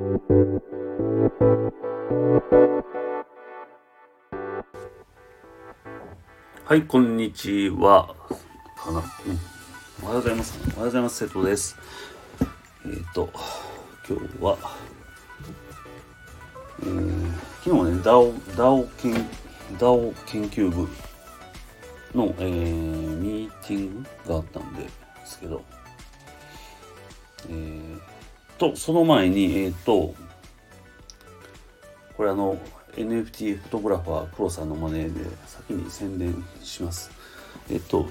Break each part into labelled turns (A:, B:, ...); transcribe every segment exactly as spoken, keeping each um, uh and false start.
A: はい、こんにちは。かな、うん、おはようございます。おはようございます。瀬戸です。えっ、ー、と、今日は、えー、昨日はね、ダオ、ダオ研、ダオ研究部の、えー、ミーティングがあったんですけど、えー、と、その前に、えっ、ー、と、これあの、エヌエフティー フォトグラファー黒さんのマネーで先に宣伝します。えっと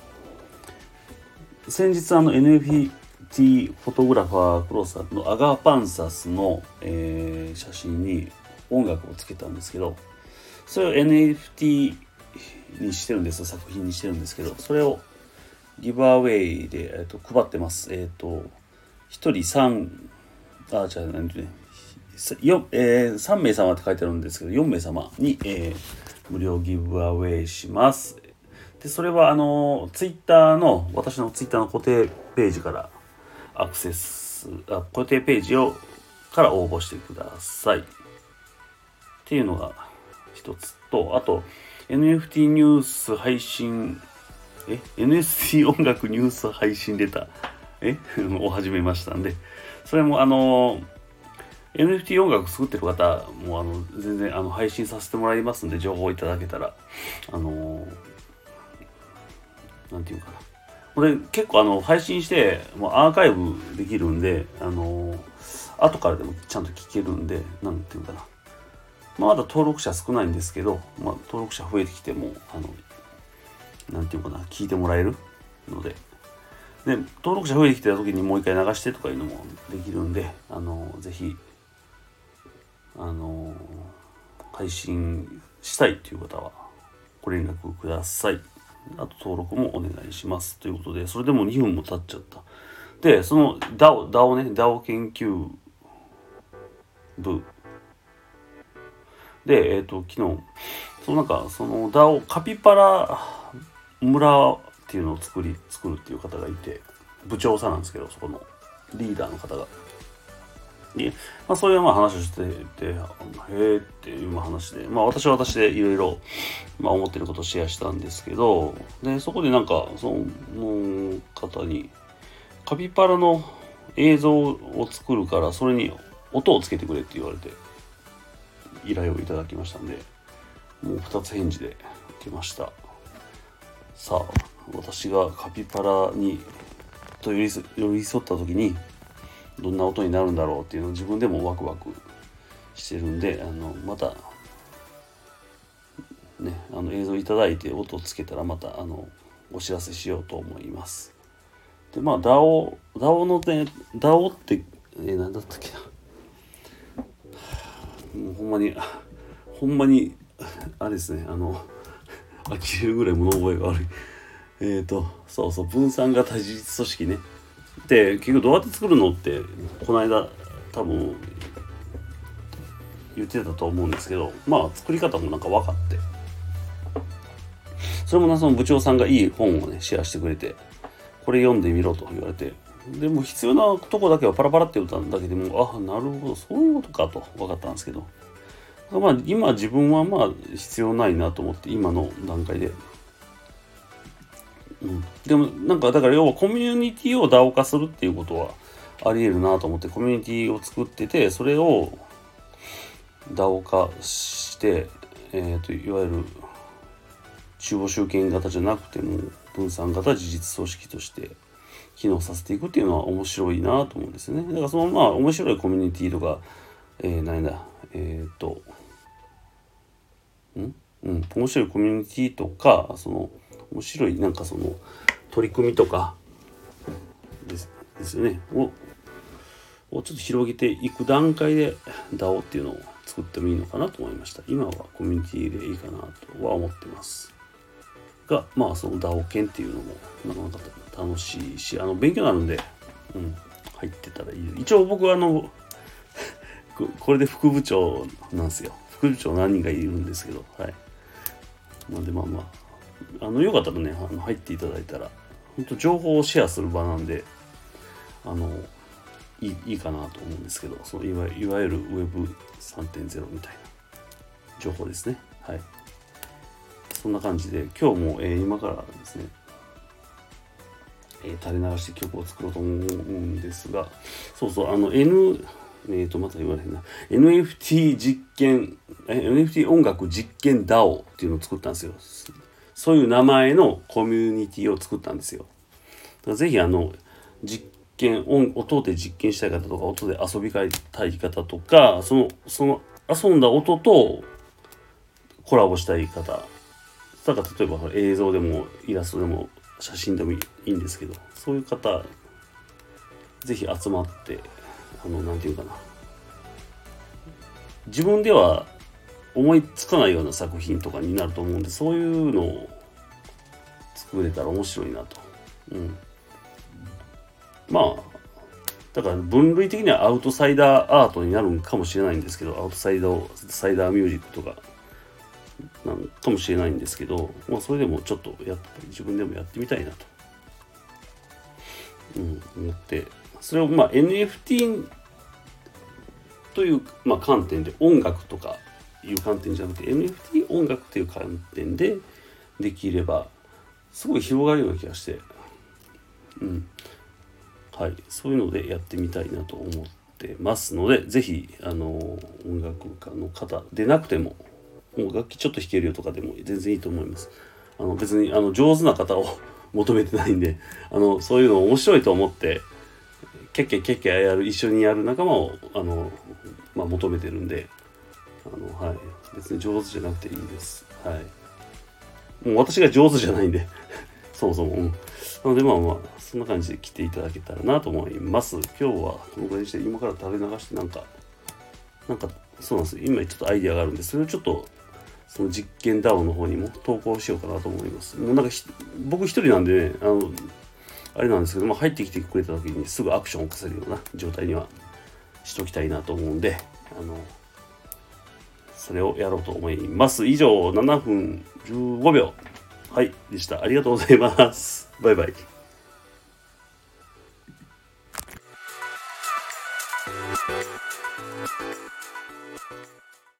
A: 先日あの エヌエフティー フォトグラファー黒さんのアガーパンサスの、えー、写真に音楽をつけたんですけど、それを エヌエフティー にしてるんですよ。作品にしてるんですけど、それをギブアウェイで、えー、と配ってます。えっ、ー、とひとりさんあじゃあ何てねよ、えー、さんめい様って書いてあるんですけど、よんめい様に、えー、無料ギブアウェイします。でそれはあのツイッターの私のツイッターの固定ページからアクセスあ固定ページをから応募してくださいっていうのが一つと、あと エヌエフティー ニュース配信え エヌエフティー 音楽ニュース配信レターえを始めましたんで、それもあのエヌエフティー 音楽作ってる方もあの全然あの配信させてもらいますんで、情報いただけたらあのなんていうかな、これ結構あの配信してもうアーカイブできるんで、あの後からでもちゃんと聞けるんで、なんていうかな、まあ、まだ登録者少ないんですけど、まあ、登録者増えてきてもあのなんていうかな聞いてもらえるので。で登録者増えてきた時にもう一回流してとかいうのもできるんで、あのぜひあの配信したいという方はご連絡ください。あと登録もお願いしますということで、それでもにふんも経っちゃった。でその ダオ ダオ ね ダオ 研究部で、えっ、ー、と昨日そのなんかその ダオ カピバラ村っていうのを作り作るっていう方がいて、部長さんなんですけど、そこのリーダーの方がで、まあ、そういうまあ話をしてて、へーっていう話で、まあ私は私でいろいろ思ってることをシェアしたんですけど、でそこでなんかその方にカピバラの映像を作るからそれに音をつけてくれって言われて依頼をいただきましたんで、もうふたつ返事で受けました。さあ私がカピバラにと寄り添った時にどんな音になるんだろうっていうのを自分でもワクワクしてるんで、あのまたねあの映像いただいて音をつけたらまたあのお知らせしようと思います。でまあ ダオ ダオ のね ダオ ってえー、何だったっけな、もうほんまにほんまにあれですね、あの呆れるぐらい物覚えが悪い。えーとそうそう分散型自立組織ね。で結局どうやって作るのってこの間多分言ってたと思うんですけど、まあ作り方もなんか分かって、それもなその部長さんがいい本をねシェアしてくれて、これ読んでみろと言われて、でも必要なとこだけはパラパラって言っただけでもあなるほどそういうことかと分かったんですけど、まあ今自分はまあ必要ないなと思って今の段階で、うん、でもなんかだから要はコミュニティをダオ化するっていうことはあり得るなと思ってコミュニティを作ってて、それをダオ化して、えー、といわゆる中央集権型じゃなくても分散型自立組織として機能させていくっていうのは面白いなと思うんですよね。だからそのまあ面白いコミュニティとか、えー、何だえっ、ー、とんうん面白いコミュニティとか、その面白いなんかその取り組みとかですですよねををちょっと広げていく段階で ダオ っていうのを作ってもいいのかなと思いました。今はコミュニティでいいかなとは思ってますが、まあその ダオ 研っていうのもなかなか楽しいし、あの勉強になるんで、うん、入ってたらいい。一応僕はあのこれで副部長なんですよ。副部長何人かいるんですけど、はい。なんでまあまああのよかったらねあの入っていただいたら、本当情報をシェアする場なんで、あのいいいいかなと思うんですけど、そのいわいわゆる ウェブさんてんゼロ みたいな情報ですね。はい。そんな感じで、今日も、えー、今からですね、えー、垂れ流して曲を作ろうと思うんですが、そうそう、あの N、えっ、ー、と、また言われへんな、エヌエフティー 実験、え エヌエフティー 音楽実験 ダオ っていうのを作ったんですよ。そういう名前のコミュニティを作ったんですよ。だからぜひあの、実験、音、音で実験したい方とか、音で遊びたい方とか、その、その遊んだ音とコラボしたい方、だから例えば映像でもイラストでも写真でもいいんですけど、そういう方ぜひ集まって、あのなんていうかな、自分では思いつかないような作品とかになると思うんで、そういうのを作れたら面白いなと。うん。まあだから分類的にはアウトサイダーアートになるんかもしれないんですけど、アウトサイダーサイダーミュージックとかなんかもしれないんですけど、まあそれでもちょっとやっぱり自分でもやってみたいなと、うん、思って、それをまあ エヌエフティー という、まあ、観点で音楽とかいう観点じゃなくて エヌエフティー 音楽という観点でできればすごい広がるような気がして、うん、はい、そういうのでやってみたいなと思ってますので、ぜひあの音楽家の方でなくても、もう楽器ちょっと弾けるよとかでも全然いいと思います。あの別にあの上手な方を求めてないんで、あのそういうのを面白いと思ってケッケケッケやる一緒にやる仲間をあの、まあ、求めてるんで、あの、はい、別に上手じゃなくていいです。はい。もう私が上手じゃないんでそもそも、うん、なのでまあまあそんな感じで来ていただけたらなと思います。今日はこのぐらいにして、今から垂れ流してなんかなんかそうなんです。今ちょっとアイディアがあるんで、それをちょっとその実験 ダオ の方にも投稿しようかなと思います。もうなんか僕一人なんでね、あのあれなんですけど、まあ、入ってきてくれた時にすぐアクションを起こせるような状態にはしときたいなと思うんで、あのそれをやろうと思います。以上ななふんじゅうごびょうはいでした。ありがとうございます。バイバイ。